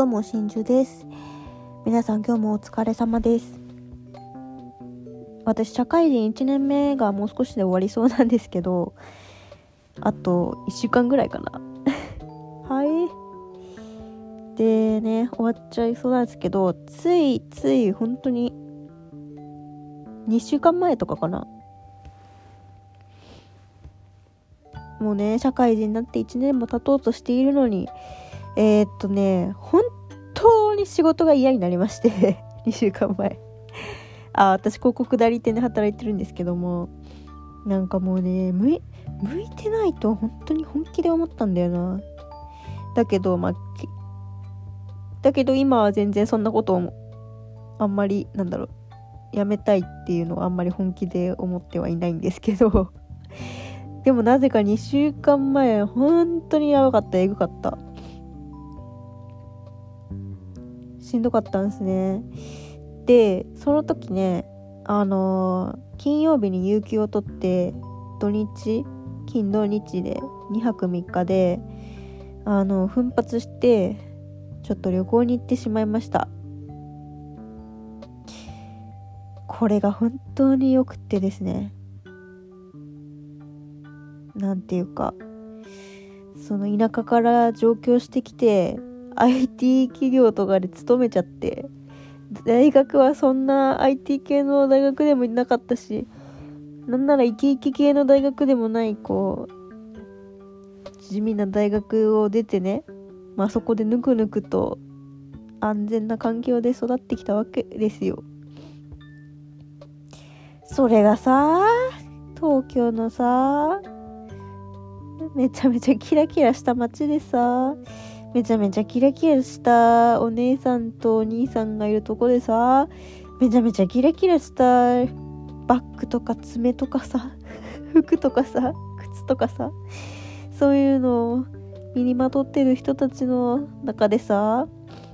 どうも真珠です。皆さん今日もお疲れ様です。私社会人1年目がもう少しで終わりそうなんですけど、あと1週間ぐらいかなはいでね、終わっちゃいそうなんですけど、つい本当に2週間前とかかな、もうね社会人になって1年も経とうとしているのに本当に仕事が嫌になりまして2週間前私広告代理店で働いてるんですけども、なんかもうね向いてないと本当に本気で思ったんだよな。だけど今は全然そんなことをあんまりやめたいっていうのはあんまり本気で思ってはいないんですけどでもなぜか2週間前本当にやばかった。えぐかった。しんどかったんですね。でその時ね金曜日に有給を取って金土日で2泊3日で奮発してちょっと旅行に行ってしまいました。これが本当によくってですね、なんていうか、その田舎から上京してきて IT 企業とかで勤めちゃって、大学はそんな IT 系の大学でもいなかったし、なんならイケイケ系の大学でもない地味な大学を出てね、そこでぬくぬくと安全な環境で育ってきたわけですよ。それがさ、東京のさ、めちゃめちゃキラキラした街でさ、めちゃめちゃキラキラしたお姉さんとお兄さんがいるとこでさ、めちゃめちゃキラキラしたバッグとか爪とかさ服とかさ靴とかさ、そういうのを身にまとってる人たちの中でさ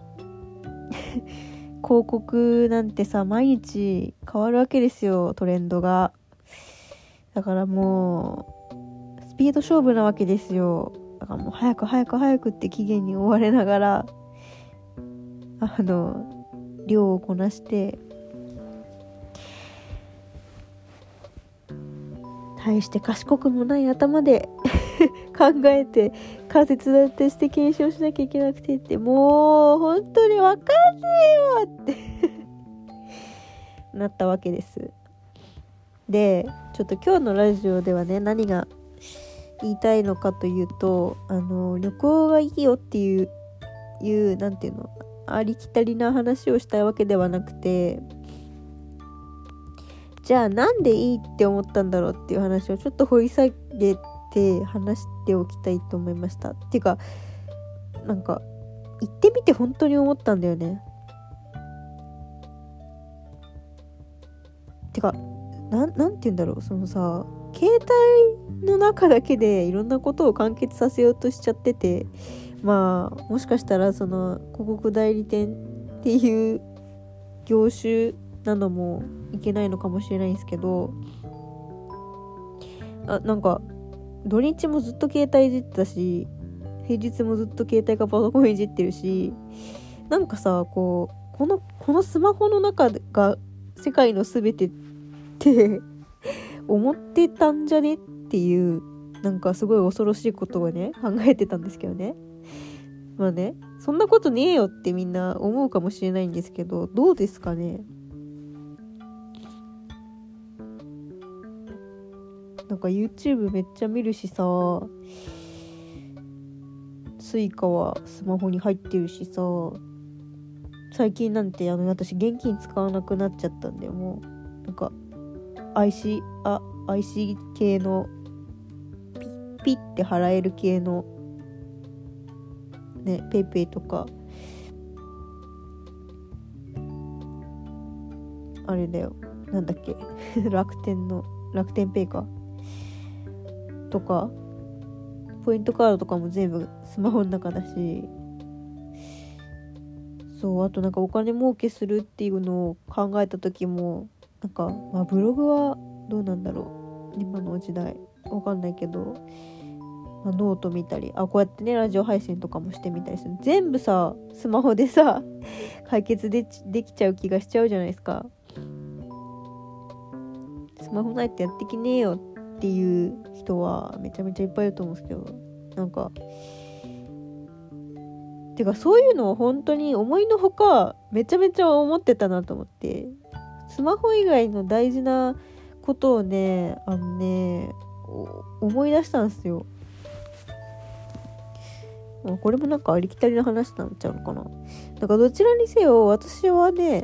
広告なんてさ毎日変わるわけですよ、トレンドが。だからもうスピード勝負なわけですよ。だからもう早くって期限に追われながら量をこなして大して賢くもない頭で考えて仮説だってして検証しなきゃいけなくてって、もう本当にわかんねえよってなったわけです。でちょっと今日のラジオではね、何が言いたいのかというと、旅行がいいよっていうなんていうの、ありきたりな話をしたいわけではなくて、じゃあなんでいいって思ったんだろうっていう話をちょっと掘り下げて話しておきたいと思いました。っていうか、なんか行ってみて本当に思ったんだよね。てかなんて言うんだろう、そのさ、携帯の中だけでいろんなことを完結させようとしちゃってて、もしかしたらその広告代理店っていう業種なのもいけないのかもしれないんですけど、なんか土日もずっと携帯いじってたし、平日もずっと携帯かパソコンいじってるし、なんかさ、このスマホの中が世界の全てって思ってたんじゃねっていう、なんかすごい恐ろしいことをね考えてたんですけどね。そんなことねえよってみんな思うかもしれないんですけど、どうですかね。なんか YouTube めっちゃ見るしさ、スイカはスマホに入ってるしさ、最近なんて私現金使わなくなっちゃったんで、もうなんか IC 系のピッて払える系のね、ペイペイとか、あれだよ、なんだっけ楽天ペイかとか、ポイントカードとかも全部スマホの中だし、そう、あとなんかお金儲けするっていうのを考えた時も、なんかブログはどうなんだろう、今の時代わかんないけど、 ノート見たり、こうやってねラジオ配信とかもしてみたりする。全部さスマホでさ解決できちゃう気がしちゃうじゃないですか。スマホないとやってきねえよっていう人はめちゃめちゃいっぱいいると思うんですけど、なんかてかそういうのを本当に思いのほかめちゃめちゃ思ってたなと思って、スマホ以外の大事なことをね思い出したんですよ。これもなんかありきたりな話になっちゃうのかな。なんかどちらにせよ私はね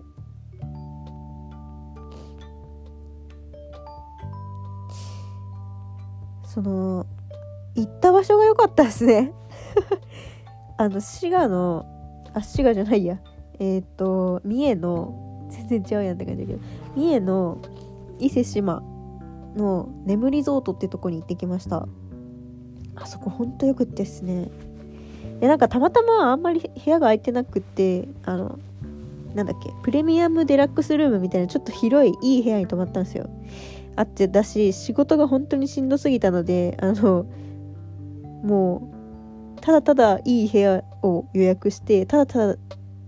行った場所が良かったですね滋賀じゃないや三重の全然違うやんって感じだけど、三重の伊勢志摩の眠リゾートってとこに行ってきました。あそこほんとよくってですね。でなんかたまたまあんまり部屋が空いてなくってなんだっけプレミアムデラックスルームみたいなちょっと広いいい部屋に泊まったんですよ。だし仕事が本当にしんどすぎたのでもうただただいい部屋を予約してただただ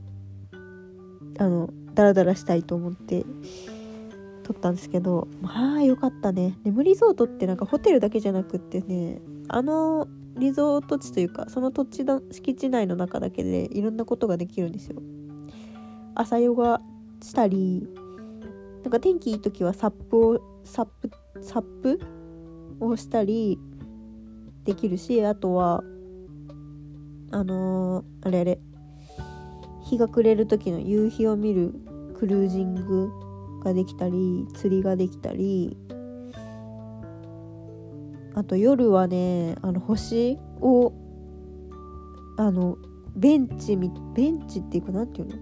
ダラダラしたいと思って撮ったんですけど、まあよかったね。眠リゾートってなんかホテルだけじゃなくってね、リゾート地というかその土地の敷地内の中だけでいろんなことができるんですよ。朝ヨガしたり、なんか天気いい時はサップをしたりできるし、あとは日が暮れる時の夕日を見るクルージングができたり、釣りができたり、あと夜はね星をベンチっていうかなんていうの、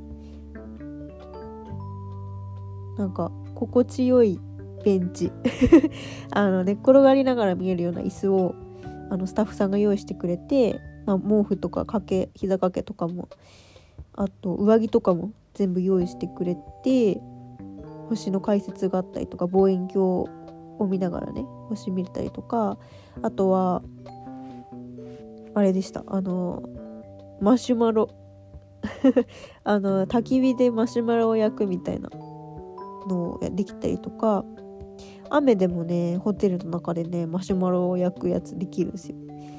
なんか心地よいベンチ寝っ転がりながら見えるような椅子をスタッフさんが用意してくれて、毛布とか膝掛けとかも、あと上着とかも全部用意してくれて、星の解説があったりとか、望遠鏡を見ながらね星見れたりとか、あとはあれでした、マシュマロ焚き火でマシュマロを焼くみたいなのできたりとか、雨でもねホテルの中でねマシュマロを焼くやつできるんですよ。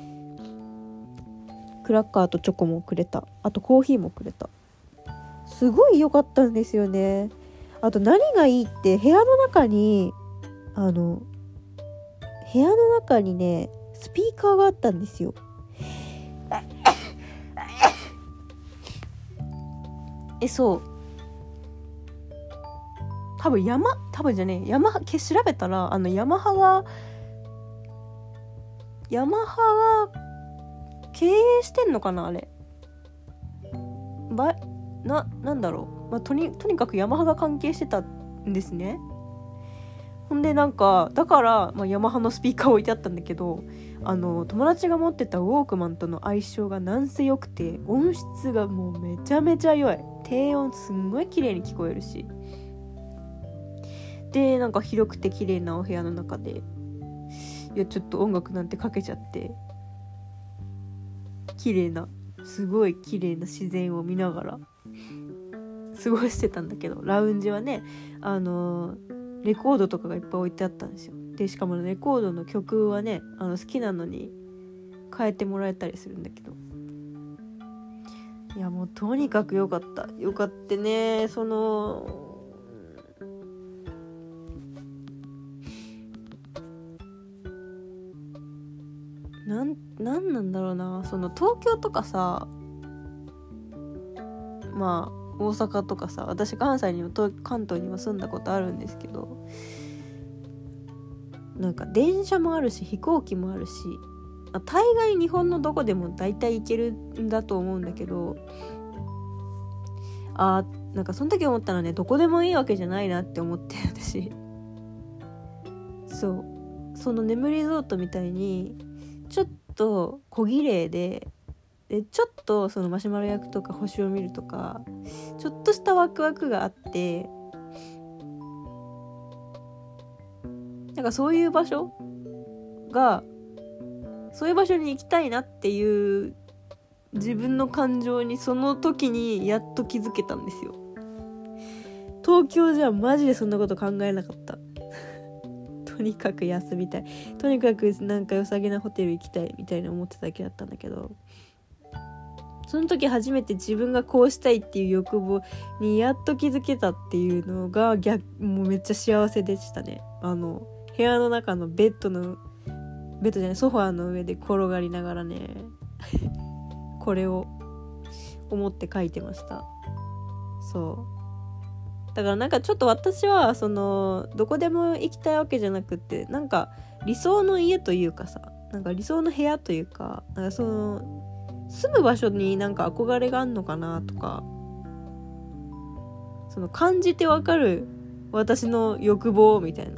クラッカーとチョコもくれた、あとコーヒーもくれた。すごい良かったんですよね。あと何がいいって部屋の中にねスピーカーがあったんですよ。そう多分じゃねえ、調べたらヤマハが経営してんのかなあれ。なんだろう、とにかくヤマハが関係してたんですね。ほんでなんかだから、ヤマハのスピーカー置いてあったんだけど、友達が持ってたウォークマンとの相性がなんせ良くて、音質がもうめちゃめちゃ良い。低音すんごい綺麗に聞こえるし、でなんか広くて綺麗なお部屋の中で、いやちょっと音楽なんてかけちゃってすごい綺麗な自然を見ながら過ごしてたんだけど、ラウンジはねレコードとかがいっぱい置いてあったんですよ。でしかもレコードの曲はね好きなのに変えてもらえたりするんだけど、いやもうとにかくよかったね。なんなんだろうな、東京とかさ、大阪とかさ、私関西にも関東にも住んだことあるんですけど、なんか電車もあるし飛行機もあるし、大概日本のどこでも大体行けるんだと思うんだけど、なんかその時思ったのはね、どこでもいいわけじゃないなって思って私その眠りリゾートみたいにちょっと小綺麗でちょっとそのマシュマロ焼くとか星を見るとか、ちょっとしたワクワクがあって、なんかそういう場所がそういう場所に行きたいなっていう自分の感情にその時にやっと気づけたんですよ。東京じゃマジでそんなこと考えなかったとにかく休みたい、とにかくなんか良さげなホテル行きたいみたいな思ってただけだったんだけど、その時初めて自分がこうしたいっていう欲望にやっと気づけたっていうのがもうめっちゃ幸せでしたね。部屋の中のベッドじゃないソファーの上で転がりながらねこれを思って書いてました。そうだからなんかちょっと私はどこでも行きたいわけじゃなくて、なんか理想の家というかさ、なんか理想の部屋というか、なんか住む場所になんか憧れがあんのかなとか、感じてわかる私の欲望みたいな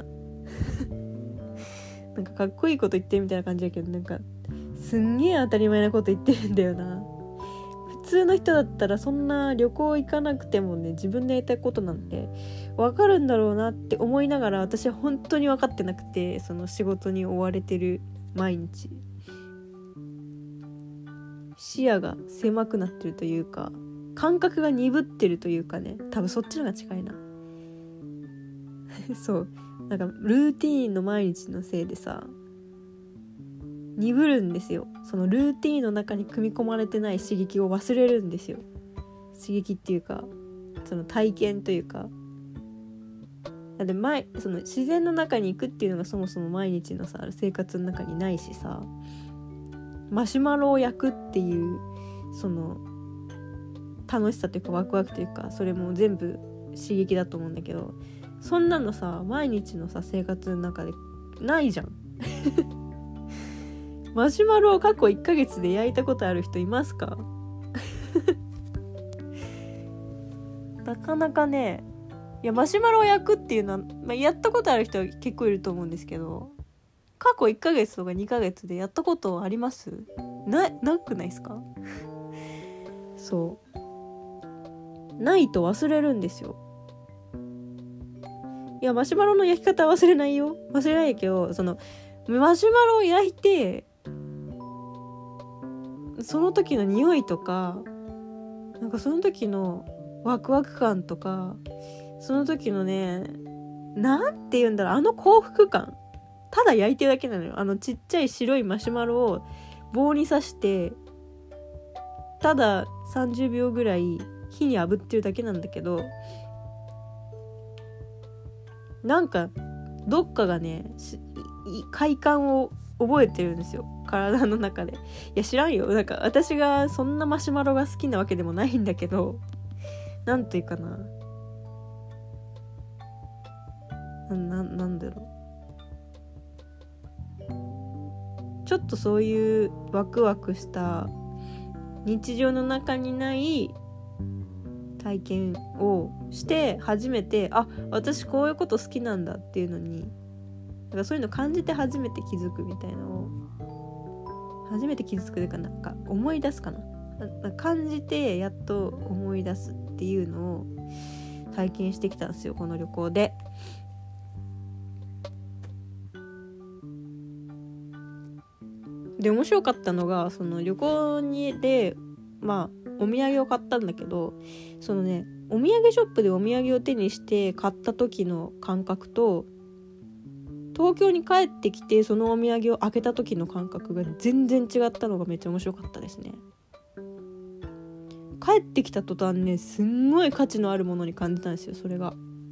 なんかかっこいいこと言ってるみたいな感じだけど、なんかすんげえ当たり前なこと言ってるんだよな。普通の人だったらそんな旅行行かなくてもね、自分でやりたいことなんて分かるんだろうなって思いながら、私は本当に分かってなくて、仕事に追われてる毎日、視野が狭くなってるというか、感覚が鈍ってるというかね、多分そっちのが近いなそうなんかルーティーンの毎日のせいでさ鈍るんですよ。そのルーティーンの中に組み込まれてない刺激を忘れるんですよ。刺激っていうか体験というか、だって自然の中に行くっていうのがそもそも毎日のさ生活の中にないしさ、マシュマロを焼くっていう楽しさというかワクワクというか、それも全部刺激だと思うんだけど、そんなのさ毎日のさ生活の中でないじゃんマシュマロを過去1ヶ月で焼いたことある人いますかなかなかね。いやマシュマロを焼くっていうのは、やったことある人は結構いると思うんですけど、過去1ヶ月とか2ヶ月でやったことあります？なくないですかそうないと忘れるんですよ。いやマシュマロの焼き方は忘れないよ、忘れないけど、マシュマロを焼いてその時の匂いとか、なんかその時のワクワク感とか、その時のね、なんて言うんだろう、幸福感、ただ焼いてるだけなのよ。ちっちゃい白いマシュマロを棒に刺してただ30秒ぐらい火に炙ってるだけなんだけど、なんかどっかがね快感を覚えてるんですよ、体の中で。いや知らんよ、なんか私がそんなマシュマロが好きなわけでもないんだけど、なんていうかな、なんだろう、ちょっとそういうワクワクした日常の中にない体験をして初めて、あ、私こういうこと好きなんだっていうのに、なんかそういうの感じて初めて気づくみたいなのを、初めて気づくというか、なんか思い出すかな、感じてやっと思い出すっていうのを体験してきたんですよ、この旅行で。で面白かったのが、その旅行でお土産を買ったんだけど、お土産ショップでお土産を手にして買った時の感覚と、東京に帰ってきてそのお土産を開けた時の感覚が全然違ったのがめっちゃ面白かったですね。帰ってきた途端ね、すんごい価値のあるものに感じたんですよ。それが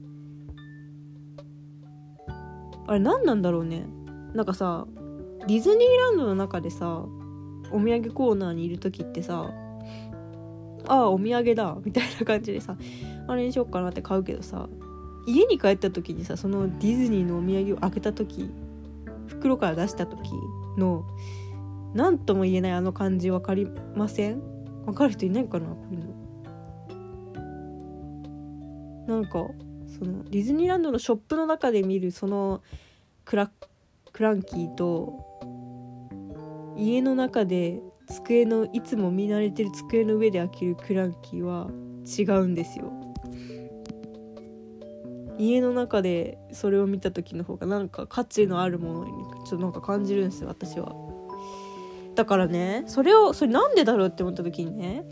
あれ何なんだろうね。なんかさ、ディズニーランドの中でさ、お土産コーナーにいる時ってさ、ああお土産だみたいな感じでさ、あれにしよっかなって買うけどさ、家に帰った時にさ、そのディズニーのお土産を開けた時、袋から出した時の何とも言えないあの感じ、分かりません？分かる人いないかな、こういうの。なんかそのディズニーランドのショップの中で見るそのクランキーと、家の中でいつも見慣れてる机の上で開けるクランキーは違うんですよ。家の中でそれを見た時の方がなんか価値のあるものにちょっとなんか感じるんですよ、私は。 だからね、それなんでだろうって思った時にね、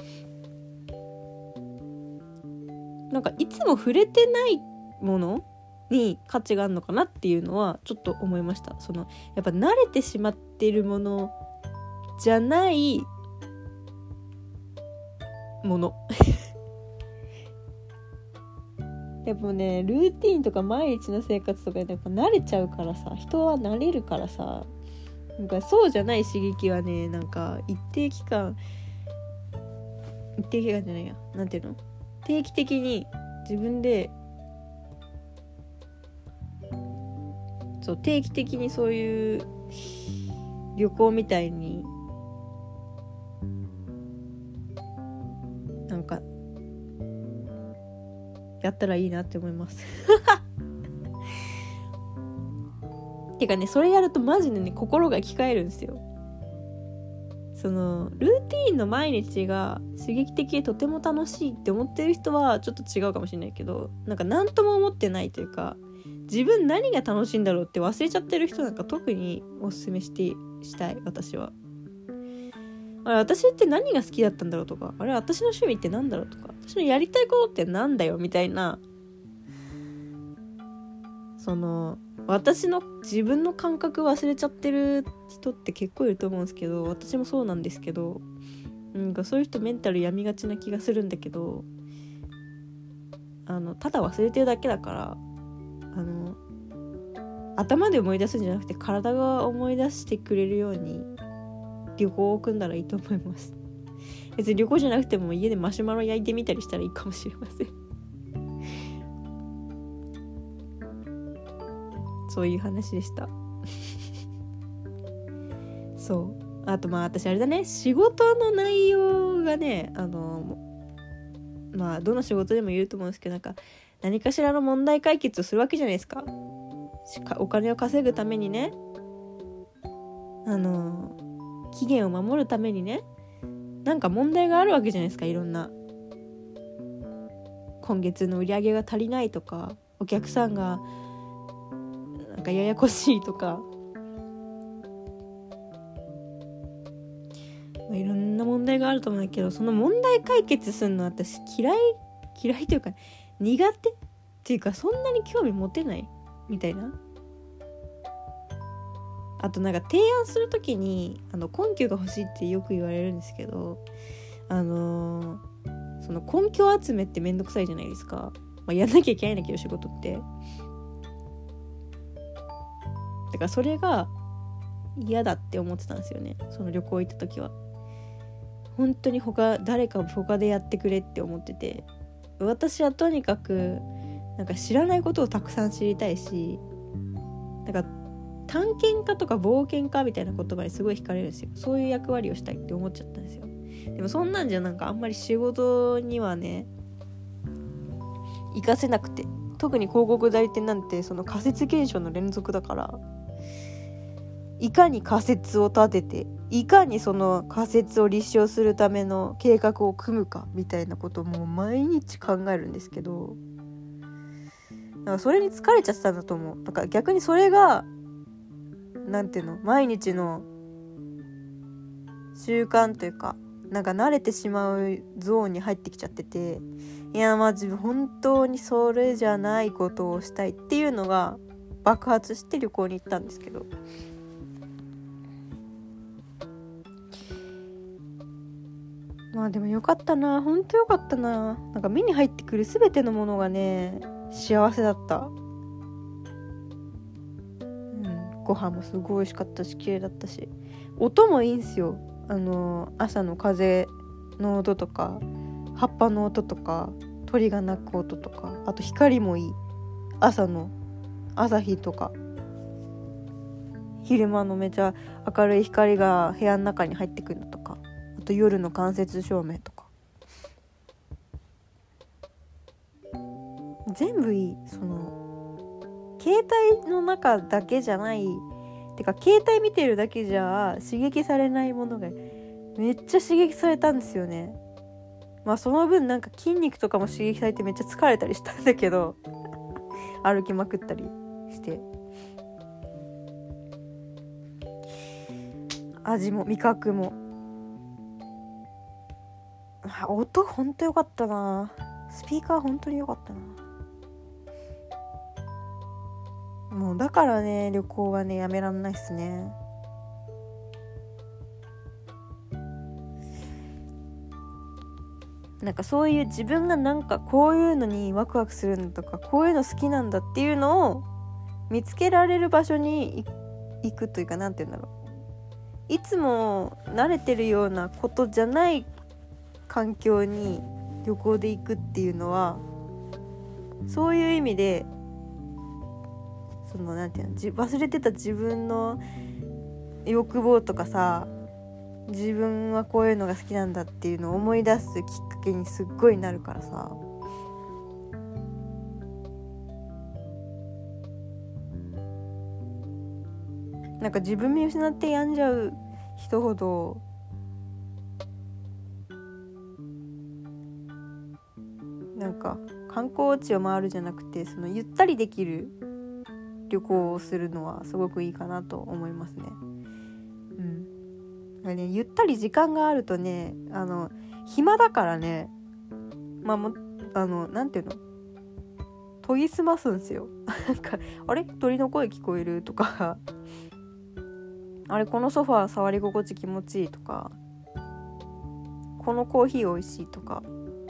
なんかいつも触れてないものに価値があるのかなっていうのはちょっと思いました。やっぱ慣れてしまっているものじゃないものやっぱね、ルーティーンとか毎日の生活とかでやっぱ慣れちゃうからさ、人は慣れるからさ、なんかそうじゃない刺激はね、なんか一定期間じゃないや、なんていうの、定期的に自分で定期的にそういう旅行みたいになんかやったらいいなって思いますてかね、それやるとマジでね、心が生き返るんですよ。ルーティーンの毎日が刺激的でとても楽しいって思ってる人はちょっと違うかもしれないけど、なんか何とも思ってないというか、自分何が楽しいんだろうって忘れちゃってる人なんか特におすすめしたい。私はあれ、私って何が好きだったんだろうとか、あれ私の趣味ってなんだろうとか、私のやりたいことってなんだよみたいな、私の自分の感覚忘れちゃってる人って結構いると思うんですけど、私もそうなんですけど、なんかそういう人メンタル病みがちな気がするんだけど、ただ忘れてるだけだから、頭で思い出すんじゃなくて体が思い出してくれるように旅行を組んだらいいと思います。別に旅行じゃなくても家でマシュマロ焼いてみたりしたらいいかもしれませんそういう話でしたそうあと私あれだね、仕事の内容がね、どの仕事でも言うと思うんですけど、なんか何かしらの問題解決をするわけじゃないですか。お金を稼ぐためにね、期限を守るためにね、なんか問題があるわけじゃないですか。いろんな、今月の売り上げが足りないとか、お客さんがなんかややこしいとか、いろんな問題があると思うんだけど、その問題解決するの私嫌いというか苦手っていうか、そんなに興味持てないみたいな。あとなんか提案するときに根拠が欲しいってよく言われるんですけど、その根拠集めってめんどくさいじゃないですか。やんなきゃいけないんだけど仕事って。だからそれが嫌だって思ってたんですよね。その旅行行った時は本当に誰か他でやってくれって思ってて、私はとにかくなんか知らないことをたくさん知りたいし、なんか探検家とか冒険家みたいな言葉にすごい惹かれるんですよ。そういう役割をしたいって思っちゃったんですよ。でもそんなんじゃなんかあんまり仕事にはね活かせなくて、特に広告代理店なんてその仮説検証の連続だから、いかに仮説を立てて、いかにその仮説を立証するための計画を組むかみたいなことをもう毎日考えるんですけど、なんかそれに疲れちゃってたんだと思う。だから逆にそれがなんていうの、毎日の習慣というか、なんか慣れてしまうゾーンに入ってきちゃってて、いや自分本当にそれじゃないことをしたいっていうのが爆発して旅行に行ったんですけど、でもよかったな、本当よかったな。なんか目に入ってくる全てのものがね幸せだった。ご飯もすごい美味しかったし綺麗だったし、音もいいんすよ。朝の風の音とか葉っぱの音とか鳥が鳴く音とか、あと光もいい。朝日とか昼間のめちゃ明るい光が部屋の中に入ってくるのとか、あと夜の間接照明とか全部いい。携帯の中だけじゃない、てか携帯見てるだけじゃ刺激されないものがめっちゃ刺激されたんですよね。その分なんか筋肉とかも刺激されてめっちゃ疲れたりしたんだけど歩きまくったりして、 味も味覚も。音ほんと良かったな。スピーカーほんとに良かったな。もうだからね、旅行はねやめらんないっすね。なんかそういう自分がなんかこういうのにワクワクするんだとか、こういうの好きなんだっていうのを見つけられる場所に行くというか、なんて言うんだろう、いつも慣れてるようなことじゃない環境に旅行で行くっていうのは、そういう意味でそのなんていうの、忘れてた自分の欲望とかさ、自分はこういうのが好きなんだっていうのを思い出すきっかけにすっごいなるからさ。なんか自分見失って病んじゃう人ほどなんか観光地を回るじゃなくて、そのゆったりできる旅行をするのはすごくいいかなと思いますね。ゆったり時間があるとね、暇だからね、なんていうの、研ぎ澄ますんですよ。なんかあれ鳥の声聞こえるとかあれこのソファー触り心地気持ちいいとか、このコーヒー美味しいとか、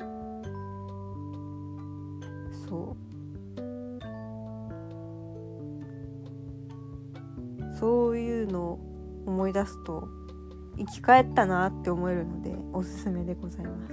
そういうのを思い出すと生き返ったなって思えるのでおすすめでございます。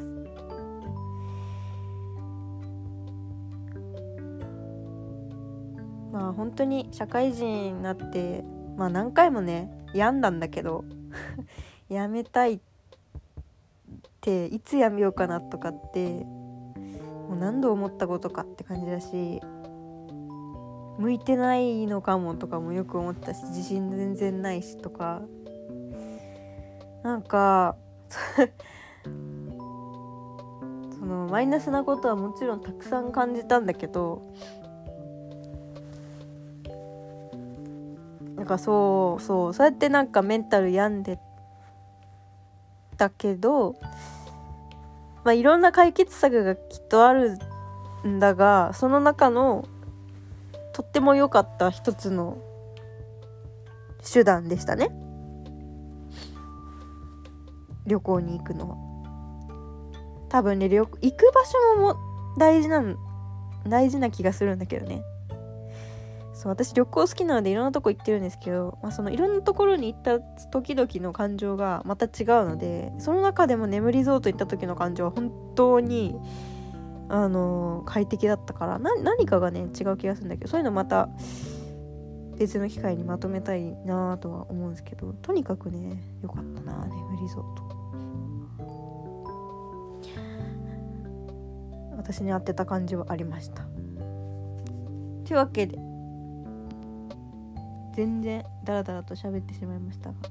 本当に社会人になって何回もね病んだんだけどやめたいっていつやめようかなとかってもう何度思ったことかって感じだし、向いてないのかもとかもよく思ったし、自信全然ないしとか、なんかそのマイナスなことはもちろんたくさん感じたんだけど、なんかそうやってなんかメンタル病んでたけど、いろんな解決策がきっとあるんだが、その中のとっても良かった一つの手段でしたね、旅行に行くのは。多分ね、行く場所も大事な気がするんだけどね。私旅行好きなのでいろんなとこ行ってるんですけど、そのいろんなところに行った時々の感情がまた違うので、その中でも眠りゾート行った時の感情は本当に快適だったから、何かがね違う気がするんだけど、そういうのまた別の機会にまとめたいなとは思うんですけど、とにかくねよかったな、眠りゾート。私に合ってた感じはありました。というわけで全然ダラダラと喋ってしまいましたが、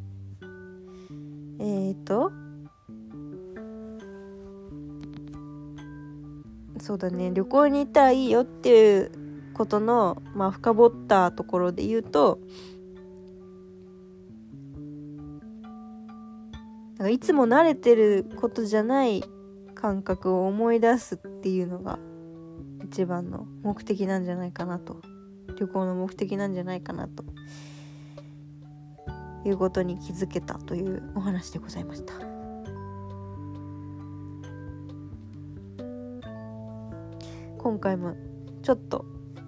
そうだね、旅行に行ったらいいよっていうことの深掘ったところで言うと、なんかいつも慣れてることじゃない感覚を思い出すっていうのが一番の目的なんじゃないかなと、旅行の目的なんじゃないかなということに気づけたというお話でございました。今回もちょっと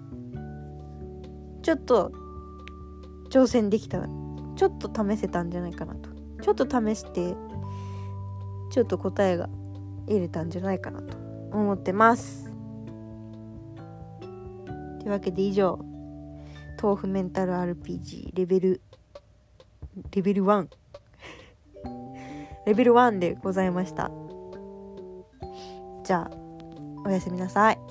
挑戦できた、ちょっと試せたんじゃないかなと、ちょっと試してちょっと答えが得れたんじゃないかなと思ってます。というわけで以上、豆腐メンタル RPG レベル1レベル1でございました。じゃあおやすみなさい。